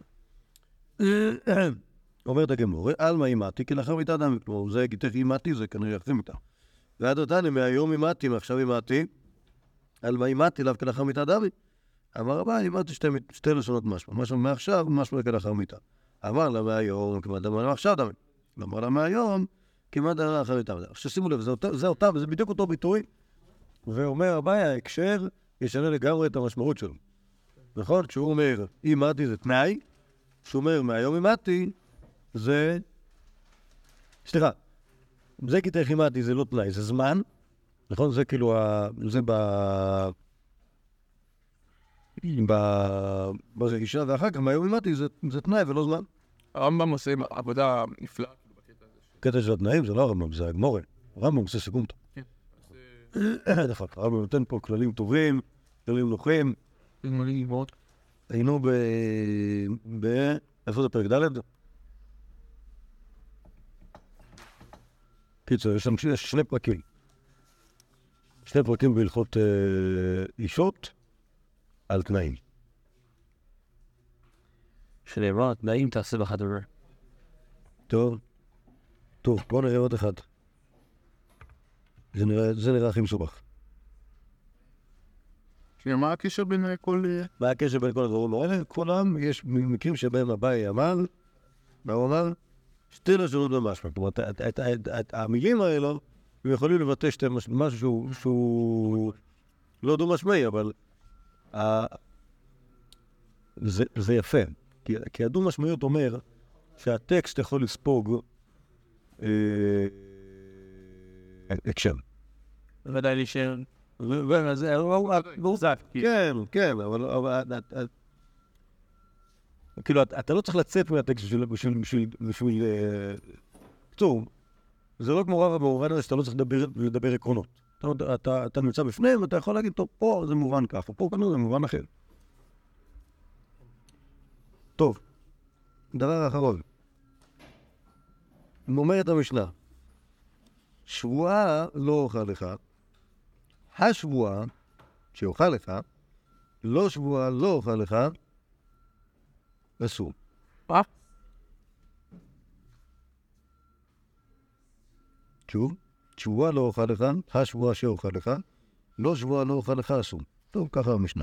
אומרת הגמור, אלמה אימתי, כי לאחר מיתה אדם, כלומר, זה גיתך אימתי, זה כנראה אחרי מיתה. ועד אותנו, מהיום אימתי, מעכשיו אימתי, אלמה אימתי, לאו כלאחר מיתה אדם. אמר הבא, אימתי שתי, שתי לשונות משמע, משמע מעכשיו, משמע כלאחר מיתה. אמר לה מהיום, כמעט אמר לה עכשיו דמי. אמר לה מהיום, כמעט אמר לה אחרי מיתה. עכשיו שימו לב, זה, זה אותה, וזה בדיוק אותו ביטוי, ואומר הבעיה, ההקשר ישנה לגמרי את המשמעות שלו. נכון? כשהוא אומר, אימתי זה תנאי, כשהוא אומר, מהיום אימתי, זה... סליחה, זה גיתך אימתי, זה לא תנאי, זה זמן, נכון? זה כאילו, ה... זה ב... ב... בזה אישה, ואחר כך, מהיום אימתי, זה, זה תנאי ולא זמן. הרמב"ם עושה עבודה נפלאה. קטע של התנאים זה לא הרמב"ם, זה הגמורה. הרמב"ם עושה סיכום טוב. נכון, הרמב"ם נותן פה כללים טובים, כללים נוחים. היינו ב... ב... איפה זה פרק ד'? קיצור, יש שם שני פרקים. שני פרקים בהלכות אה, אישות על תנאים. שנאמר, תנאים תעשה בחדרה. טוב, טוב, בוא נראה עוד אחד. זה נראה, זה נראה הכי מסובך. מה הקשר בין כל... מה הקשר בין כל הדברים האלה? כולם, יש מקרים שבהם אביי אמר, מה הוא אמר? שתי לשונות במשמע. כלומר, המילים האלו, הם יכולים לבטא משהו שהוא לא דו-משמעי, אבל זה יפה. כי הדו-משמעיות אומר שהטקסט יכול לספוג הקשר. ודאי להישאר. וזה מוזק. כן, כן, אבל... כאילו, אתה לא צריך לצאת מהטקסט בשביל... טוב, זה לא כמו רב במובן הזה שאתה לא צריך לדבר עקרונות. אתה נמצא בפניהם ואתה יכול להגיד, טוב, פה זה מובן ככה, פה כאן זה מובן אחר. טוב, דבר האחרון. אומרת המשנה, שבועה לא אוכל לך, השבועה שאוכל לך, לא שבועה לא אוכל לך, אסור. מה? שוב, שבועה לא אוכל לך, השבועה שאוכל לך, לא שבועה לא אוכל לך, אסור. טוב, ככה המשנה.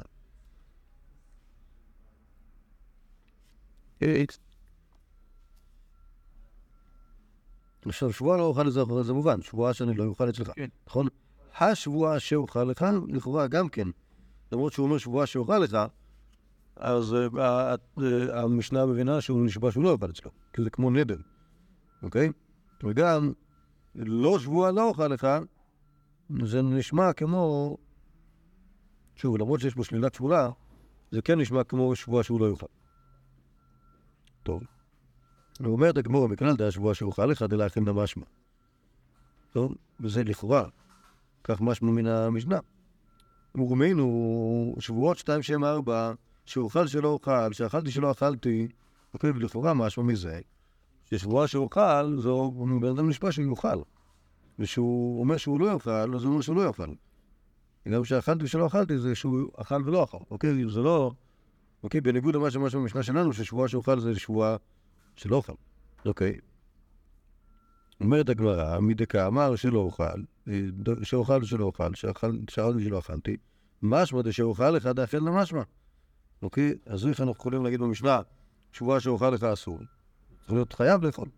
עכשיו, שבועה לא אוכל זה, זה מובן, שבועה שאני לא אוכל אצלך, כן. נכון? השבועה שאוכל לך, לכאורה גם כן. למרות שהוא אומר שבועה שאוכל לך, אז uh, uh, uh, המשנה מבינה שהוא נשבע שהוא לא אוכל אצלו, כי זה כמו נדר, אוקיי? וגם, לא שבועה לא אוכל לך, זה נשמע כמו, שוב, למרות שיש בו שלילת שבועה, זה כן נשמע כמו שבועה שהוא לא יוכל. טוב. הוא אומר את הגמור מכלל דה השבועה שאוכל לך דלאכן למשמע. טוב, וזה לכאורה, כך משמע מן המשנה. ורמינו שבועות שתיים שם ארבע, שאוכל שלא אוכל, שאכלתי שלא אכלתי, אוקיי, ולכאורה משמע מזה, ששבועה שאוכל, זו בן אדם נשבע שהוא יאכל. ושהוא אומר שהוא לא יאכל, אז הוא אומר שהוא לא יאכל. גם שאכלתי שלא אכלתי, זה שהוא אכל ולא אכל, אוקיי? זה לא... אוקיי, בניגוד למה שמשהו במשנה שלנו, ששבועה שאוכל זה שבועה שלא אוכל, אוקיי. אומרת הגמרא, מדקה אמר שלא אוכל, שאוכל שלא אוכל, שאכלתי שלא אכלתי, משמע זה שאוכל לך דאכל למשמע. אוקיי, אז איך אנחנו יכולים להגיד במשנה, שבועה שאוכל לך אסור, צריך להיות חייב לאכול.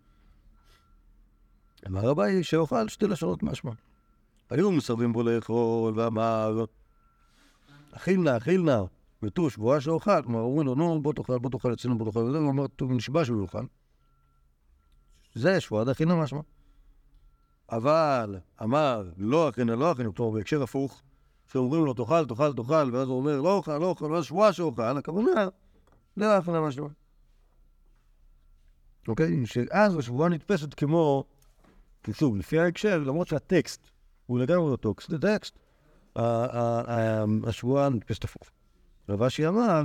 אמר רבי שאוכל שתי לשונות משמע. היו מסרבים בו לאכול ואמר, אכיל נא, אכיל נא. ותו שבועה שאוכל, כלומר, אומרים לו, נו, בוא תאכל, בוא תאכל אצלנו, בוא תאכל, וזה, הוא אומר, טוב, נשבע שהוא יאכל. זה שבועה דאכילנא משמע. אבל, אמר, לא אכילנא, לא אכילנא, כלומר, בהקשר הפוך, שאומרים לו, תאכל, תאכל, תאכל, ואז הוא אומר, לא אוכל, לא אוכל, ואז שבועה שאוכל, הכוונה, לא אכילנא משמע. אוקיי? שאז השבועה נתפסת כמו, שוב, לפי ההקשר, למרות שהטקסט הוא לגמרי אותו, זה טקסט, השבועה נתפסת הפוך. רב אשי אמר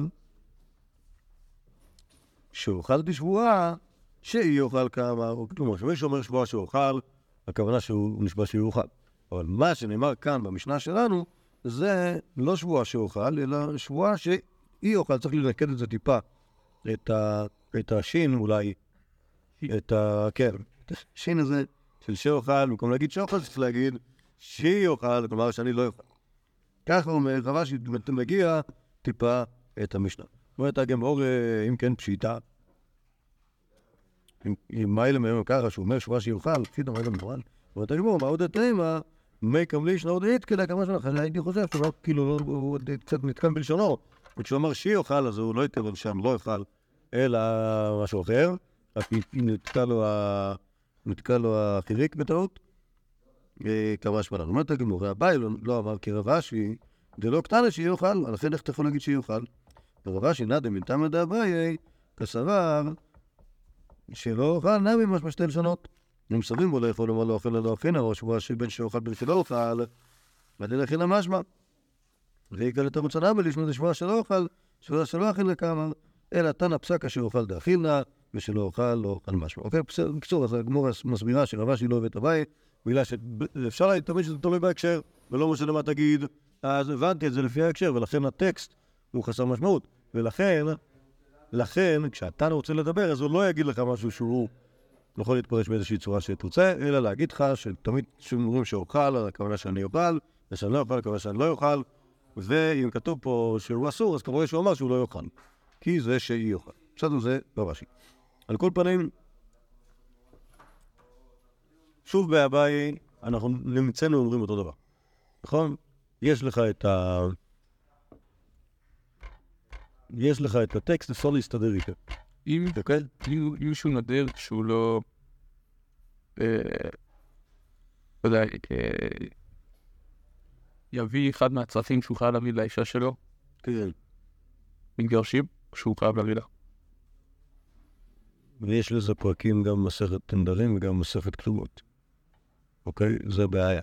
שאוכלתי שבועה שהיא יאכל כמה, כלומר, שמישהו אומר שבועה שאוכל, הכוונה שהוא נשבע שהוא יאכל. אבל מה שנאמר כאן במשנה שלנו, זה לא שבועה שאוכל, אלא שבועה שהיא יאכל. צריך לנקד את זה טיפה, את, ה, את השין אולי, את ה... כן, את השין הזה של שאוכל, במקום להגיד שאוכל, צריך להגיד שהיא יאכל, כלומר שאני לא אוכל. ככה אומר, רב אשי מגיע טיפה את המשנה. אומרת הגמרא, אם כן פשיטה, אם מה אלה מהם ככה, שהוא אומר שבועה שיוכל, פשיטה מה אלה מורן. אומרת הגמרא, מה עוד התאימה, מי קמליש נעוד התקלה, כמה שלך, אני הייתי חושב שהוא כאילו הוא קצת נתקן בלשונו. וכשהוא אמר שהיא יאכל, אז הוא לא יתקבל שם, לא יאכל, אלא משהו אחר, רק נתקע לו החיריק בטעות, כמה שמלן. אומרת הגמרא, הבאי לא אמר כרב אשי, זה לא קטנה שהיא יאכל, לכן איך אתה יכול להגיד שהיא יאכל? ורב אשי נדם מטעם דאביי, כסבר, שלא אוכל נמי משמע שתי לשונות. אם מסרבים בו לאכול, אומר לא אוכל ולא אכילנא, או שבועה שבין שאוכל בין שלא אוכל, ודאכילנא משמע. ויקל את המוצא נמי לשמוע זה שבועה שלא אוכל, שבועה שלא אכילנא כאמר, אלא תנא פסקא שאוכל דאכילנא, ושלא אוכל לא אוכל משמע. אוקיי, בקיצור, אז הגמרא מסבירה שרב אשי לא הביא אביי, בגלל שאפשר להתאמץ שזה תלוי בהקשר, ולא משנה מה תגיד, אז הבנתי את זה לפי ההקשר, ולכן הטקסט הוא חסר משמעות. ולכן, לכן, כשאתה רוצה לדבר, אז הוא לא יגיד לך משהו שהוא יכול להתפרש באיזושהי צורה שתרצה, אלא להגיד לך שתמיד שאומרים שאוכל, הכוונה שאני אוכל, ושאני לא אוכל, הכוונה שאני לא אוכל, ואם כתוב פה שהוא אסור, אז כמובן שהוא אמר שהוא לא יאכל, כי זה שהיא יאכל. בסדר, זה רב אשי. על כל פנים, שוב באביי, אנחנו נמצאנו אומרים אותו דבר. נכון? יש לך את ה... יש לך את הטקסט, אפשר להסתדר איתו. אם מישהו נדר שהוא לא... לא יודע, יביא אחד מהצרפים שהוא חייב להביא לאישה שלו, כן. מתגרשים, שהוא חייב להביא לה. ויש לזה פרקים גם מסכת נדרים וגם מסכת כתובות. אוקיי? זה בעיה.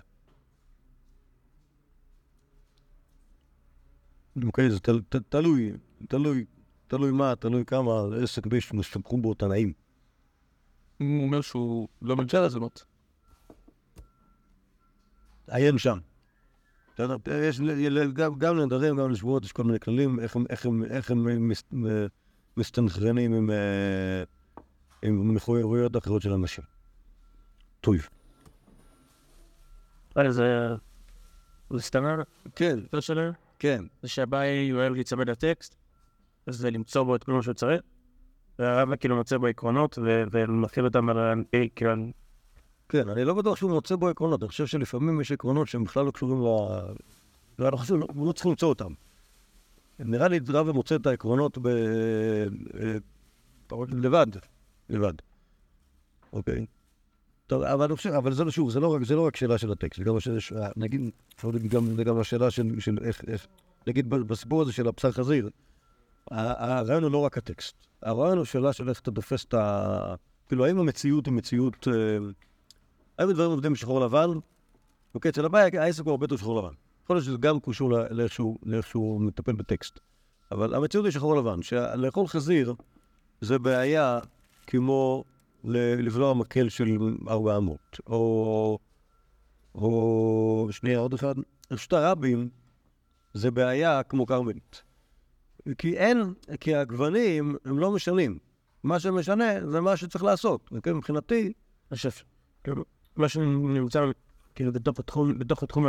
אוקיי, זה תל, ת, תלוי, תלוי, תלוי מה, תלוי כמה, עסק ביש מסתמכו בו תנאים. הוא אומר שהוא לא מג'ל הזונות. עיין שם. יש גם, גם לנדרים, גם לשבועות, יש כל מיני כללים, איך הם, איך הם, איך הם מס, מסתנכרנים עם, עם מחויבויות אחרות של אנשים. טוב. זה... זה סתמר? כן. זה שלר? כן. זה שהבאי אוהב להיצמד לטקסט, זה למצוא בו את כל מה שהוא צריך, והרב כאילו מוצא בו עקרונות ומתחיל אותם על... כאילו... כן, אני לא בטוח שהוא מוצא בו עקרונות, אני חושב שלפעמים יש עקרונות שהם בכלל לא קשורים ל... ואני חושב, הוא לא צריך למצוא אותם. נראה לי רב מוצא את העקרונות ב... לבד, לבד. אוקיי. טוב, אבל אני חושב, אבל זה לא שוב, זה לא רק, זה לא רק שאלה של הטקסט, זה גם השאלה, נגיד, גם, זה גם השאלה של, של איך, איך, נגיד בסיפור הזה של הבשר חזיר, הרעיון הוא לא רק הטקסט, הרעיון הוא שאלה של איך אתה תופס את ה... כאילו, האם המציאות היא מציאות, האם הדברים עובדים בשחור לבן? אוקיי, אצל הבעיה, העסק הוא הרבה יותר שחור לבן. יכול להיות שזה גם קשור לאיכשהו, לאיכשהו מטפל בטקסט. אבל המציאות היא שחור לבן, שלאכול חזיר זה בעיה כמו לבלוע מקל של ארבע אמות, או... או... שנייה, עוד אחד. רשות הרבים זה בעיה כמו קרמלית. כי אין, כי הגוונים הם לא משנים. מה שמשנה זה מה שצריך לעשות. וכן, מבחינתי... השף, מה שנמצא, כאילו, בתוך התחום, בתוך התחום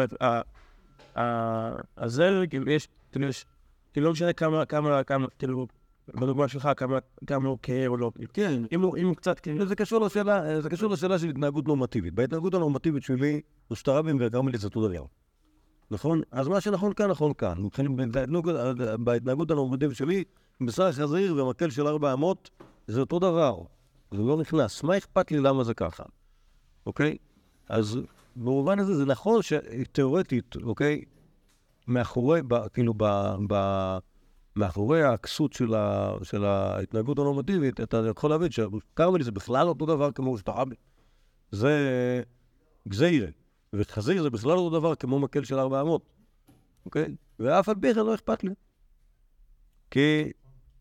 הזה, כאילו, יש, כאילו, יש, כאילו, לא משנה כמה, כמה, כמה, כאילו, בדוגמה שלך, כמה, כמה הוא כהה או לא. כן. אם הוא, אם הוא קצת, כאילו... זה קשור לשאלה, זה קשור לשאלה של התנהגות נורמטיבית. בהתנהגות הנורמטיבית שלי, רשות הרבים וקרמלית זה אותו דבר. נכון? אז מה שנכון כאן, נכון כאן. בהתנהגות הנורמטיבית שלי, בשר חזיר ומקל של ארבע אמות, זה אותו דבר. זה לא נכנס. מה אכפת לי למה זה ככה? אוקיי? אז במובן הזה זה נכון שתיאורטית, אוקיי? מאחורי, כאילו, מאחורי הכסות של ההתנהגות הנורמטיבית, אתה יכול להבין שקרמלי זה בכלל אותו דבר כמו רשות הרבים. זה גזירה. וחזיר זה בכלל אותו דבר כמו מקל של ארבע אמות. אוקיי? ואף על פי כן לא אכפת לי. כי...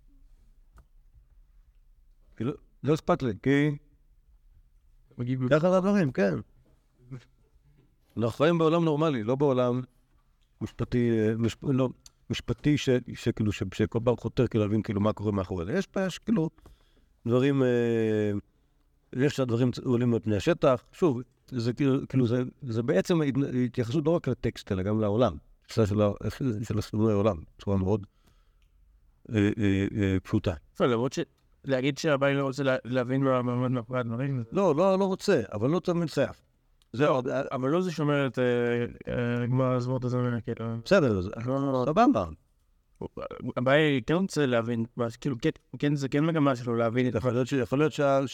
כי לא, לא אכפת לי, כי... ככה זה הדברים, כן. אנחנו חיים בעולם נורמלי, לא בעולם משפטי, משפ... לא, משפטי ש... שכאילו, ש... שכל פעם חותר כאילו להבין כאילו מה קורה מאחורי זה. יש פה, יש כאילו דברים, אה... יש שהדברים עולים מפני השטח. שוב, זה כאילו, זה, זה בעצם התייחסות לא רק לטקסט, אלא גם לעולם. תפיסה של הסלומי העולם, בצורה מאוד אה, אה, אה, פשוטה. למרות שלהגיד שהבאי לא רוצה להבין מה עומד מאחורי הדברים. לא, לא, לא רוצה, אבל לא תמיד סייף. זהו, אבל לא זה שאומר את גמר הזמות הזה, כאילו. בסדר, סבבה. הבאי כן רוצה להבין, כאילו, כן, זה כן מגמה שלו להבין את... יכול להיות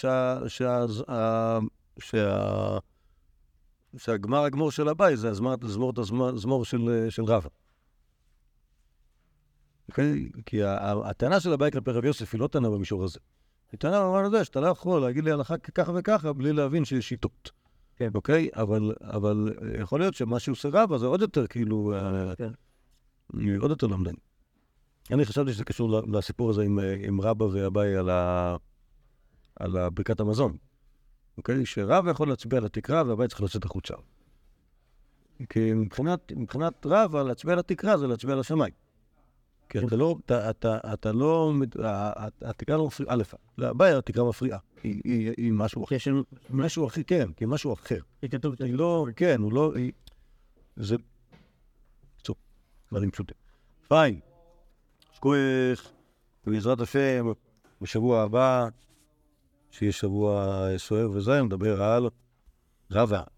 שהגמר הגמור של הבאי זה הזמור של רבא. כי הטענה של הבאי כלפי רב יוסף היא לא טענה במישור הזה. היא טענה במובן הזה שאתה לא יכול להגיד לי הלכה ככה וככה בלי להבין שיש שיטות. אוקיי? אבל יכול להיות שמה שעושה רבא זה עוד יותר כאילו... עוד יותר למדני. אני חשבתי שזה קשור לסיפור הזה עם רבא והבאי על ברכת המזון. אוקיי? שרבא יכול להצביע על התקרה והבאי צריך לצאת החוצה. כי מבחינת רבא להצביע על התקרה זה להצביע על השמיים. כי אתה לא, אתה לא, התקרה לא מפריעה לך. לבאי התקרה מפריעה. היא משהו אחר. משהו אחר, כן, כי משהו אחר. היא כתוב, היא לא, כן, הוא לא, זה... טוב, דברים פשוטים. פיין. שכוח, ובעזרת השם, בשבוע הבא, שיהיה שבוע סוער וזה, נדבר על רבא.